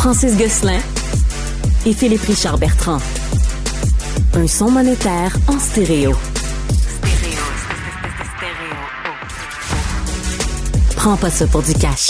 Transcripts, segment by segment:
Francis Gosselin et Philippe Richard Bertrand. Un son monétaire en stéréo. Prends pas ça pour du cash.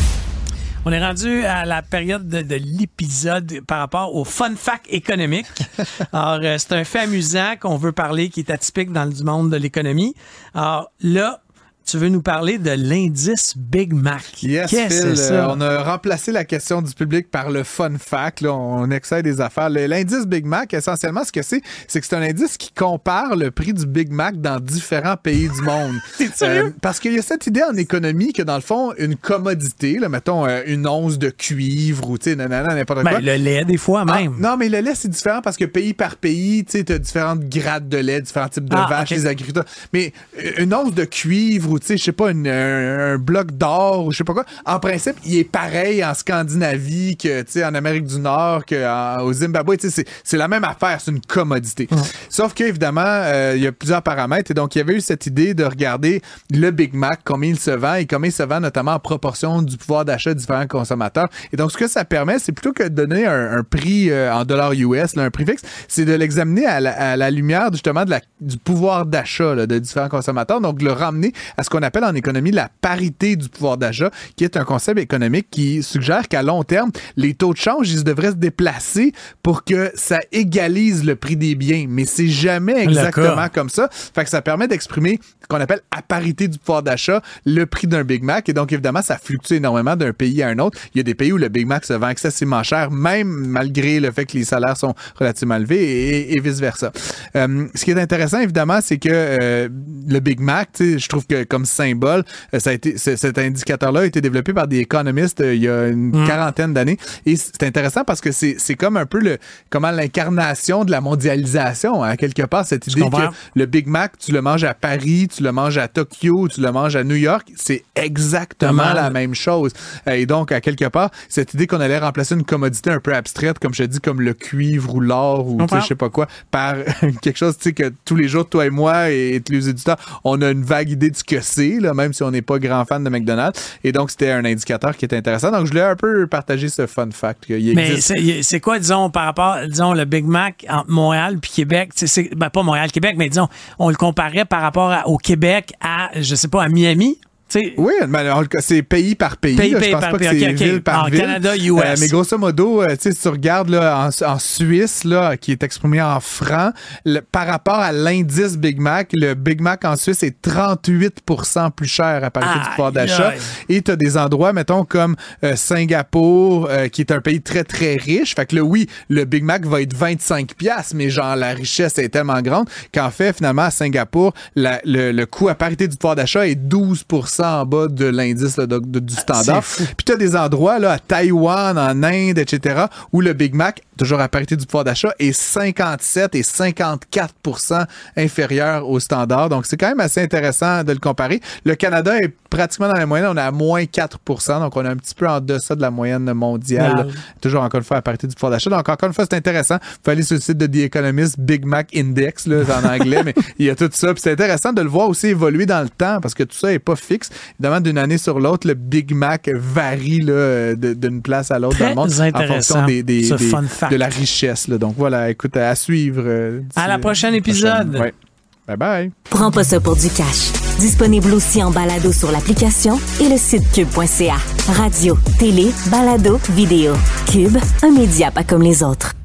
On est rendu à la période de l'épisode par rapport au fun fact économique. Alors, c'est un fait amusant qu'on veut parler qui est atypique dans le monde de l'économie. Alors là, tu veux nous parler de l'indice Big Mac. Yes, Qu'est-ce Phil, que c'est ça? on a remplacé la question du public par le fun fact. Là, on excelle des affaires. L'indice Big Mac, essentiellement, ce que c'est que c'est un indice qui compare le prix du Big Mac dans différents pays du monde. T'es sérieux? Parce qu'il y a cette idée en économie que, dans le fond, une commodité, là, mettons une once de cuivre ou n'importe quoi. Le lait, des fois, même. Non, mais le lait, c'est différent parce que pays par pays, tu as différentes grades de lait, différents types de vaches, okay. les agriculteurs. Mais une once de cuivre ou, je sais pas, un bloc d'or ou je sais pas quoi, en principe, il est pareil en Scandinavie que, en Amérique du Nord, qu'au Zimbabwe. C'est la même affaire, c'est une commodité. Sauf qu'évidemment, il y a plusieurs paramètres. Et donc, il y avait eu cette idée de regarder le Big Mac, combien il se vend et combien il se vend notamment en proportion du pouvoir d'achat de différents consommateurs. Et donc, ce que ça permet, c'est plutôt que de donner un prix en dollars US, là, un prix fixe, c'est de l'examiner à la lumière justement du pouvoir d'achat là, de différents consommateurs. Donc, de le ramener à ce qu'on appelle en économie la parité du pouvoir d'achat, qui est un concept économique qui suggère qu'à long terme, les taux de change, ils devraient se déplacer pour que ça égalise le prix des biens. Mais c'est jamais exactement comme ça. Fait que ça permet d'exprimer ce qu'on appelle à parité du pouvoir d'achat, le prix d'un Big Mac. Et donc, évidemment, ça fluctue énormément d'un pays à un autre. Il y a des pays où le Big Mac se vend excessivement cher, même malgré le fait que les salaires sont relativement élevés et vice-versa. Ce qui est intéressant, évidemment, c'est que le Big Mac, je trouve que comme symbole, cet indicateur-là a été développé par des économistes il y a une quarantaine d'années. Et c'est intéressant parce que c'est comme un peu l'incarnation de la mondialisation, hein, quelque part, cette idée que le Big Mac, tu le manges à Paris, tu le manges à Tokyo, tu le manges à New York, c'est exactement la même chose. Et donc, à quelque part, cette idée qu'on allait remplacer une commodité un peu abstraite, comme je te dis, comme le cuivre ou l'or ou je sais pas quoi, par quelque chose que tous les jours, toi et moi et tous les éditeurs, on a une vague idée de ce que c'est, là, même si on n'est pas grand fan de McDonald's. Et donc, c'était un indicateur qui était intéressant. Donc, je voulais un peu partager ce fun fact. Mais c'est quoi, disons, par rapport, le Big Mac entre Montréal puis Québec? Pas Montréal-Québec, mais disons, on le comparait par rapport au Québec à, je sais pas, à Miami? Oui, mais c'est pays par pays. Je pense pas que c'est ville par ville. Canada, US. Mais grosso modo, si tu regardes là, en Suisse, là, qui est exprimé en francs, par rapport à l'indice Big Mac, le Big Mac en Suisse est 38% plus cher à partir du pouvoir d'achat. Et tu as des endroits, mettons, comme Singapour, qui est un pays très, très riche. Fait que là, oui, le Big Mac va être 25$, mais genre, la richesse est tellement grande qu'en fait, finalement, à Singapour, le coût à parité du pouvoir d'achat est 12% en bas de l'indice là, du standard. Puis tu as des endroits là, à Taïwan, en Inde, etc., où le Big Mac, toujours à parité du pouvoir d'achat, est 57 et 54% inférieur au standard. Donc, c'est quand même assez intéressant de le comparer. Le Canada est pratiquement dans la moyenne. On est à moins 4%. Donc, on est un petit peu en deçà de la moyenne mondiale. Toujours, encore une fois, à parité du pouvoir d'achat. Donc, encore une fois, c'est intéressant. Il faut aller sur le site de The Economist, Big Mac Index, là, en anglais, mais il y a tout ça. Puis c'est intéressant de le voir aussi évoluer dans le temps parce que tout ça n'est pas fixe. Évidemment, d'une année sur l'autre, le Big Mac varie là, d'une place à l'autre dans le monde en fonction de la richesse. Là. Donc voilà, écoute, à suivre. À la prochaine épisode. Ouais. Bye bye. Prends pas ça pour du cash. Disponible aussi en balado sur l'application et le site cube.ca. Radio, télé, balado, vidéo. Cube, un média pas comme les autres.